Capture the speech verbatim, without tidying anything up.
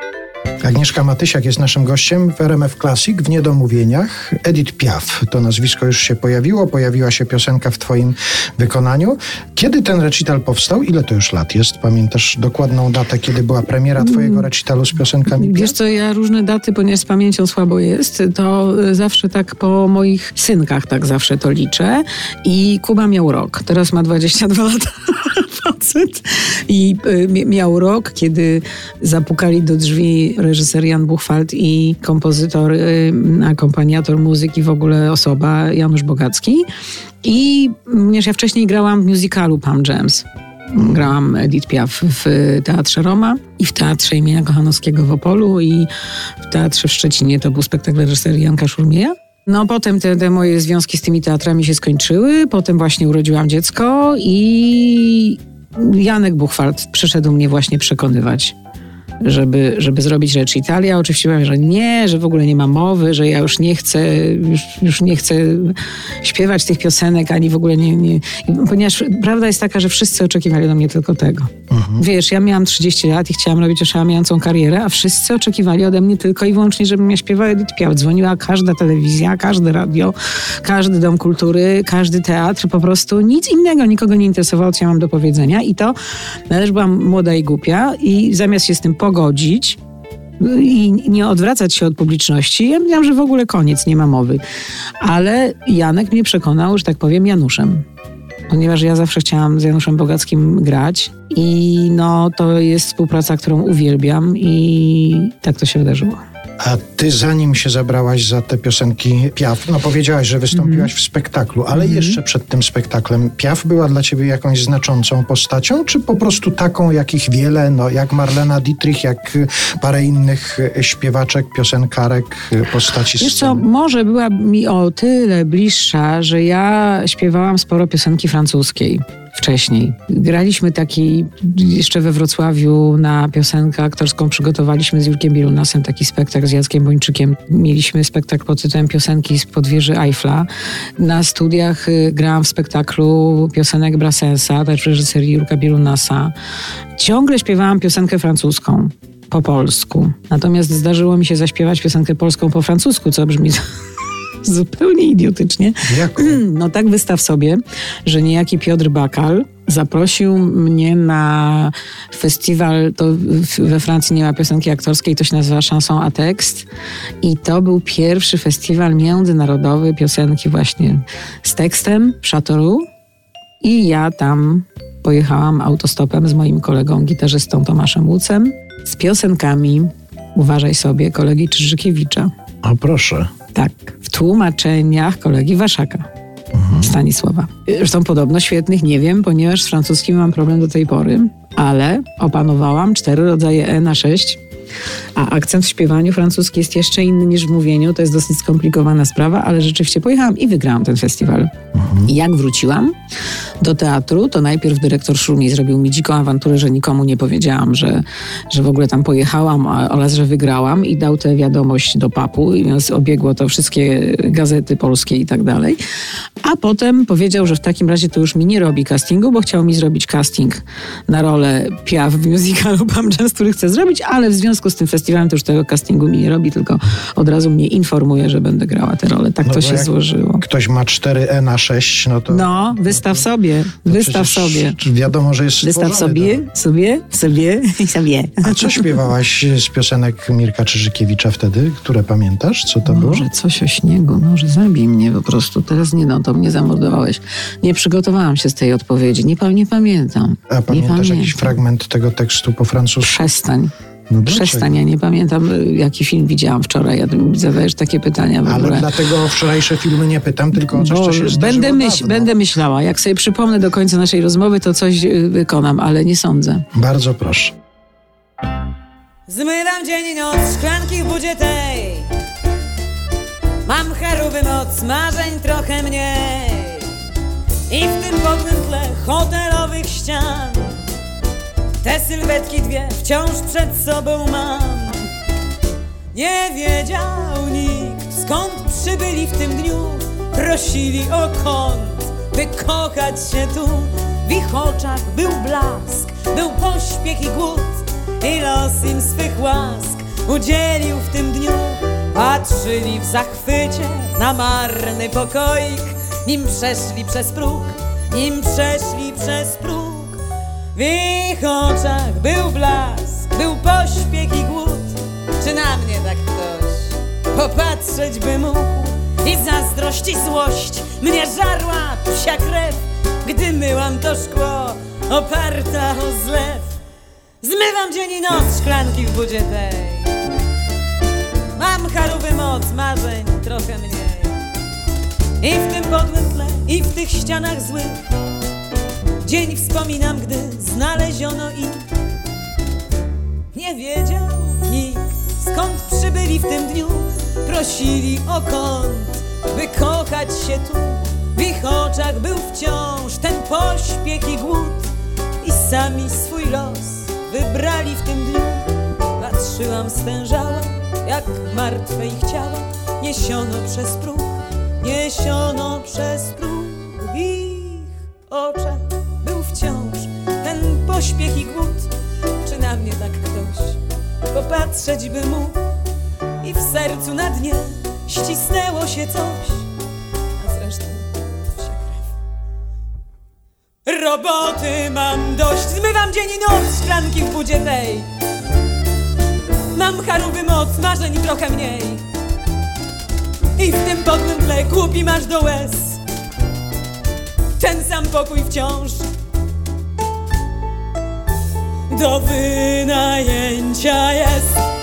Agnieszka Matysiak jest naszym gościem w R M F Classic w Niedomówieniach. Edith Piaf, to nazwisko już się pojawiło, pojawiła się piosenka w twoim wykonaniu. Kiedy ten recital powstał? Ile to już lat jest? Pamiętasz dokładną datę, kiedy była premiera twojego recitalu z piosenkami Piaf? Wiesz co, ja różne daty, ponieważ z pamięcią słabo jest, to zawsze tak po moich synkach tak zawsze to liczę. I Kuba miał rok, teraz ma dwadzieścia dwa lata. Facet. I y, miał rok, kiedy zapukali do drzwi reżyser Jan Buchwald i kompozytor, y, akompaniator muzyki, w ogóle osoba Janusz Bogacki. I ponieważ ja wcześniej grałam w musicalu Pam James. Grałam Edith Piaf w Teatrze Roma i w Teatrze imienia Kochanowskiego w Opolu i w Teatrze w Szczecinie. To był spektakl reżyserii Janka Szurmieja. No potem te, te moje związki z tymi teatrami się skończyły, potem właśnie urodziłam dziecko i Janek Buchwald przyszedł mnie właśnie przekonywać, żeby, żeby zrobić recital. Ja oczywiście powiem, że nie, że w ogóle nie ma mowy, że ja już nie chcę, już, już nie chcę śpiewać tych piosenek, ani w ogóle nie, nie... Ponieważ prawda jest taka, że wszyscy oczekiwali ode mnie tylko tego. Mhm. Wiesz, ja miałam trzydzieści lat i chciałam robić oszałamiającą karierę, a wszyscy oczekiwali ode mnie tylko i wyłącznie, żebym ja śpiewała Edith Piaf. Dzwoniła każda telewizja, każde radio, każdy dom kultury, każdy teatr, po prostu nic innego, nikogo nie interesowało, co ja mam do powiedzenia. I to, też byłam młoda i głupia i zamiast się z tym pogodzić i nie odwracać się od publiczności, ja myślałam, że w ogóle koniec, nie ma mowy. Ale Janek mnie przekonał, że tak powiem, Januszem. Ponieważ ja zawsze chciałam z Januszem Bogackim grać i no to jest współpraca, którą uwielbiam i tak to się wydarzyło. A ty zanim się zabrałaś za te piosenki Piaf, no powiedziałaś, że wystąpiłaś mm. w spektaklu, ale mm. jeszcze przed tym spektaklem Piaf była dla ciebie jakąś znaczącą postacią, czy po prostu taką, jakich wiele, no jak Marlena Dietrich, jak parę innych śpiewaczek, piosenkarek, postaci sceny? Wiesz co, może była mi o tyle bliższa, że ja śpiewałam sporo piosenki francuskiej. Wcześniej. Graliśmy taki, jeszcze we Wrocławiu na piosenkę aktorską przygotowaliśmy z Jurkiem Bielunasem taki spektakl z Jackiem Bończykiem. Mieliśmy spektakl pod tytułem Piosenki spod wieży Eiffla. Na studiach grałam w spektaklu piosenek Brassensa, też w reżyserii Jurka Bielunasa. Ciągle śpiewałam piosenkę francuską po polsku. Natomiast zdarzyło mi się zaśpiewać piosenkę polską po francusku, co brzmi... zupełnie idiotycznie. Jak? No tak wystaw sobie, że niejaki Piotr Bakal zaprosił mnie na festiwal, to we Francji nie ma piosenki aktorskiej, to się nazywa Chanson à Texte i to był pierwszy festiwal międzynarodowy piosenki właśnie z tekstem w Châteauroux i ja tam pojechałam autostopem z moim kolegą, gitarzystą Tomaszem Łucem z piosenkami, uważaj sobie, kolegi Czyżykiewicza. O proszę. Tak, w tłumaczeniach kolegi Waszaka, mhm. Stanisława. Zresztą podobno świetnych nie wiem, ponieważ z francuskim mam problem do tej pory, ale opanowałam cztery rodzaje E na sześć, a akcent w śpiewaniu francuski jest jeszcze inny niż w mówieniu, to jest dosyć skomplikowana sprawa, ale rzeczywiście pojechałam i wygrałam ten festiwal. Mhm. I jak wróciłam do teatru, to najpierw dyrektor Szurmiej zrobił mi dziką awanturę, że nikomu nie powiedziałam, że, że w ogóle tam pojechałam oraz, że wygrałam i dał tę wiadomość do papu i obiegło to wszystkie gazety polskie i tak dalej. A potem powiedział, że w takim razie to już mi nie robi castingu, bo chciał mi zrobić casting na rolę Piaf w musicalu Pam James, który chce zrobić, ale w związku z tym festiwalem to już tego castingu mi nie robi, tylko od razu mnie informuje, że będę grała tę rolę. Tak no to się złożyło. Ktoś ma cztery E na sześć, no to... No, wystaw sobie, no wystaw sobie. Wiadomo, że jest Wystaw sobie, to... sobie, sobie i sobie. A co śpiewałaś z piosenek Mirka Czyżykiewicza wtedy? Które pamiętasz? Co to może było? Może coś o śniegu, może zabij mnie po prostu. Teraz nie, no to mnie zamordowałeś. Nie przygotowałam się z tej odpowiedzi. Nie, nie pamiętam. A pamiętasz nie jakiś pamiętam. fragment tego tekstu po francusku? Przestań. No Przestań, ja nie pamiętam, jaki film widziałam wczoraj. Ja zadajesz takie pytania w ogóle. Ale dlatego o wczorajsze filmy nie pytam, tylko o coś, Bo co się będę, myśl, będę myślała. Jak sobie przypomnę do końca naszej rozmowy, to coś wykonam, ale nie sądzę. Bardzo proszę. Zmywam dzień i noc szklanki w budzie tej. Mam cheruby moc, marzeń trochę mniej. I w tym podłym tle hotelowych ścian te sylwetki dwie wciąż przed sobą mam. Nie wiedział nikt, skąd przybyli w tym dniu. Prosili o kąt, by kochać się tu. W ich oczach był blask, był pośpiech i głód i los im swych łask udzielił w tym dniu. Patrzyli w zachwycie na marny pokoik, nim przeszli przez próg, nim przeszli przez próg. W ich oczach był blask, był pośpiech i głód. Czy na mnie tak ktoś popatrzeć by mógł? I zazdrość i złość mnie żarła psia krew, gdy myłam to szkło oparta o zlew. Zmywam dzień i noc szklanki w budzie tej. Mam charówy moc marzeń trochę mniej. I w tym podłym tle, i w tych ścianach złych dzień wspominam, gdy znaleziono ich. Nie wiedział nikt, skąd przybyli w tym dniu. Prosili o kąt, by kochać się tu. W ich oczach był wciąż ten pośpiech i głód. I sami swój los wybrali w tym dniu. Patrzyłam stężała, jak martwe ich ciała niesiono przez próg, niesiono przez próg. W ich oczach był wciąż ten pośpiech i głód. Czy na mnie tak ktoś popatrzeć by mógł? I w sercu na dnie ścisnęło się coś, a zresztą psia krew. Roboty mam dość, zmywam dzień i noc szklanki w budzie tej. Mam charówy moc marzeń trochę mniej. I w tym podłym tle głupi masz do łez ten sam pokój wciąż do wynajęcia jest.